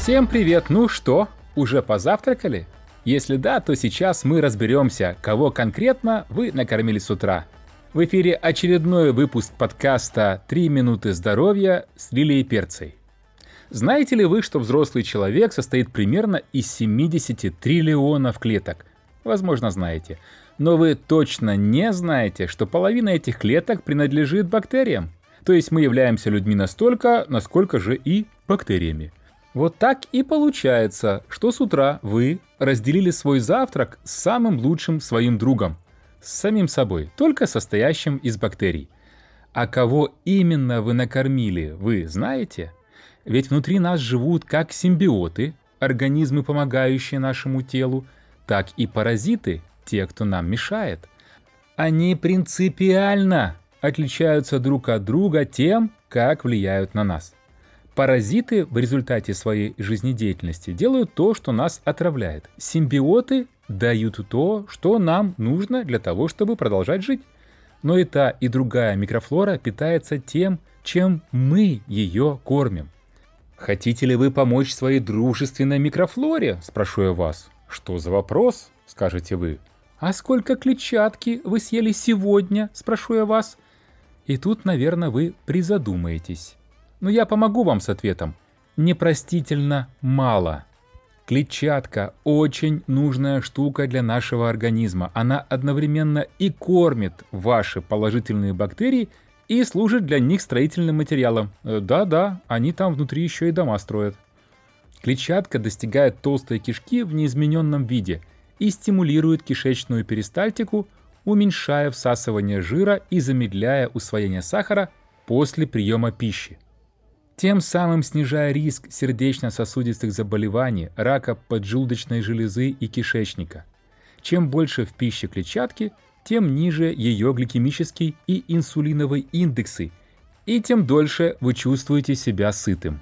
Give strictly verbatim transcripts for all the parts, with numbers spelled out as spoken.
Всем привет! Ну что, уже позавтракали? Если да, то сейчас мы разберемся, кого конкретно вы накормили с утра. В эфире очередной выпуск подкаста «Три минуты здоровья» с Лилией Перцей. Знаете ли вы, что взрослый человек состоит примерно из семьдесят триллионов клеток? Возможно, знаете. Но вы точно не знаете, что половина этих клеток принадлежит бактериям. То есть мы являемся людьми настолько, насколько же и бактериями. Вот так и получается, что с утра вы разделили свой завтрак с самым лучшим своим другом, с самим собой, только состоящим из бактерий. А кого именно вы накормили, вы знаете? Ведь внутри нас живут как симбиоты, организмы, помогающие нашему телу, так и паразиты, те, кто нам мешает. Они принципиально отличаются друг от друга тем, как влияют на нас. Паразиты в результате своей жизнедеятельности делают то, что нас отравляет. Симбиоты дают то, что нам нужно для того, чтобы продолжать жить. Но и та, и другая микрофлора питается тем, чем мы ее кормим. Хотите ли вы помочь своей дружественной микрофлоре? Спрошу я вас. Что за вопрос? Скажете вы. А сколько клетчатки вы съели сегодня? Спрошу я вас. И тут, наверное, вы призадумаетесь. Но я помогу вам с ответом. Непростительно мало. Клетчатка – очень нужная штука для нашего организма. Она одновременно и кормит ваши положительные бактерии, и служит для них строительным материалом. Да-да, они там внутри еще и дома строят. Клетчатка достигает толстой кишки в неизмененном виде и стимулирует кишечную перистальтику, уменьшая всасывание жира и замедляя усвоение сахара после приема пищи. Тем самым снижая риск сердечно-сосудистых заболеваний, рака поджелудочной железы и кишечника. Чем больше в пище клетчатки, тем ниже ее гликемический и инсулиновый индексы, и тем дольше вы чувствуете себя сытым.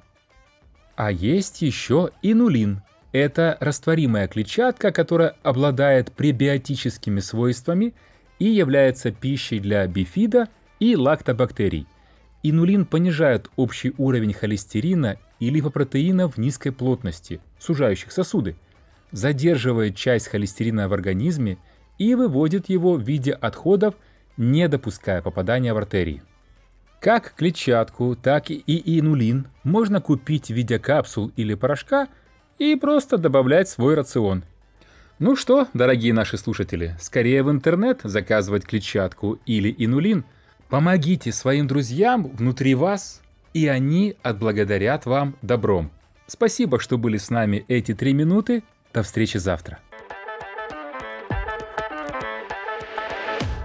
А есть еще инулин. Это растворимая клетчатка, которая обладает пребиотическими свойствами и является пищей для бифидо и лактобактерий. Инулин понижает общий уровень холестерина и липопротеинов низкой плотности, сужающих сосуды, задерживает часть холестерина в организме и выводит его в виде отходов, не допуская попадания в артерии. Как клетчатку, так и инулин можно купить в виде капсул или порошка и просто добавлять в свой рацион. Ну что, дорогие наши слушатели, скорее в интернет заказывать клетчатку или инулин. Помогите своим друзьям внутри вас, и они отблагодарят вам добром. Спасибо, что были с нами эти три минуты. До встречи завтра.